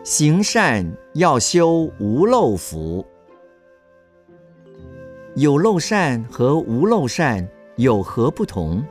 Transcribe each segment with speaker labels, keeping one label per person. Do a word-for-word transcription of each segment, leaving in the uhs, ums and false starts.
Speaker 1: 行善要修无漏福。有漏善和无漏善有何不同？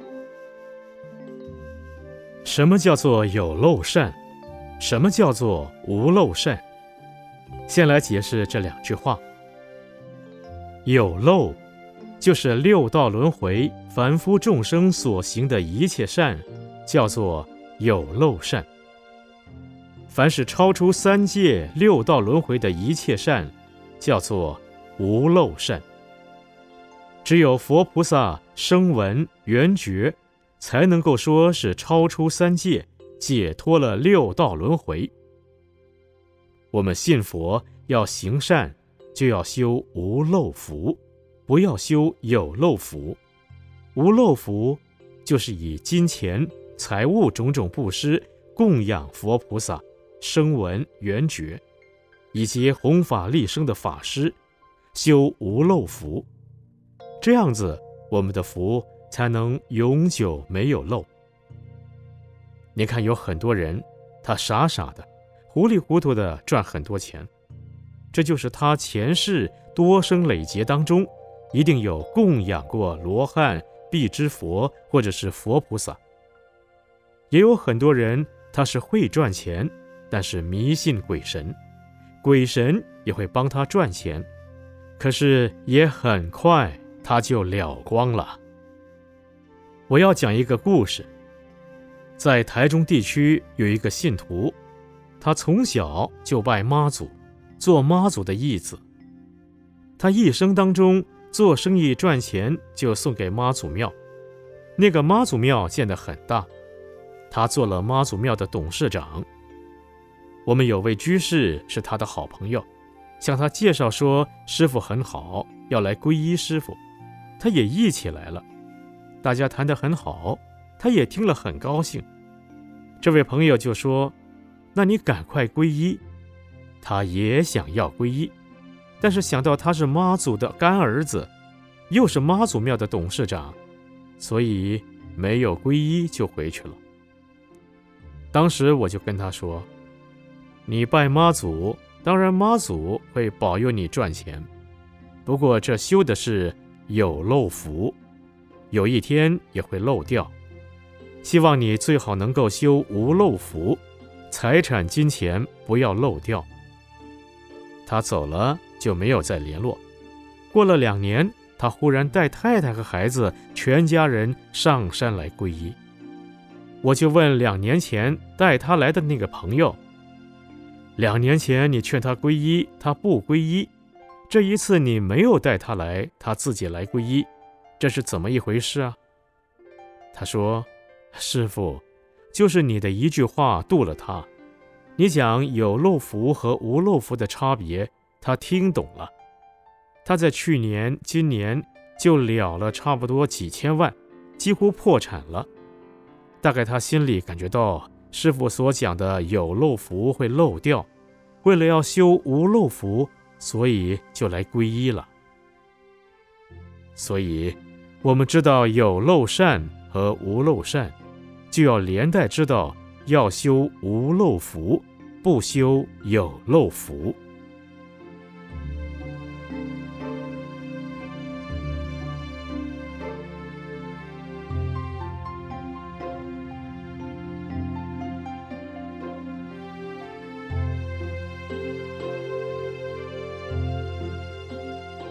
Speaker 2: 什么叫做有漏善？什么叫做无漏善？先来解释这两句话。有漏就是六道轮回凡夫众生所行的一切善，叫做有漏善。凡是超出三界六道轮回的一切善，叫做无漏善。只有佛菩萨声闻缘觉，才能够说是超出三界，解脱了六道轮回。我们信佛要行善，就要修无漏福，不要修有漏福。无漏福就是以金钱财物种种布施供养佛菩萨声闻缘觉以及弘法利生的法师，修无漏福，这样子我们的福才能永久没有漏。你看有很多人，他傻傻的糊里糊涂的赚很多钱，这就是他前世多生累劫当中一定有供养过罗汉、辟支佛或者是佛菩萨。也有很多人他是会赚钱，但是迷信鬼神，鬼神也会帮他赚钱，可是也很快他就了光了。我要讲一个故事。在台中地区有一个信徒，他从小就拜妈祖，做妈祖的义子。他一生当中做生意赚钱就送给妈祖庙，那个妈祖庙建得很大，他做了妈祖庙的董事长。我们有位居士是他的好朋友，向他介绍说师父很好，要来皈依师父，他也一起来了。大家谈得很好，他也听了很高兴。这位朋友就说，那你赶快皈依。他也想要皈依，但是想到他是妈祖的干儿子，又是妈祖庙的董事长，所以没有皈依就回去了。当时我就跟他说，你拜妈祖，当然妈祖会保佑你赚钱，不过这修的是有漏福，有一天也会漏掉。希望你最好能够修无漏福，财产金钱不要漏掉。他走了就没有再联络。过了两年，他忽然带太太和孩子全家人上山来皈依。我就问两年前带他来的那个朋友，两年前你劝他皈依，他不皈依，这一次你没有带他来，他自己来皈依，这是怎么一回事啊？他说，师父，就是你的一句话度了他。你讲有漏福和无漏福的差别，他听懂了。他在去年今年就了了差不多几千万，几乎破产了。大概他心里感觉到师父所讲的有漏福会漏掉，为了要修无漏福，所以就来皈依了。所以我们知道有漏善和无漏善，就要连带知道要修无漏福，不修有漏福。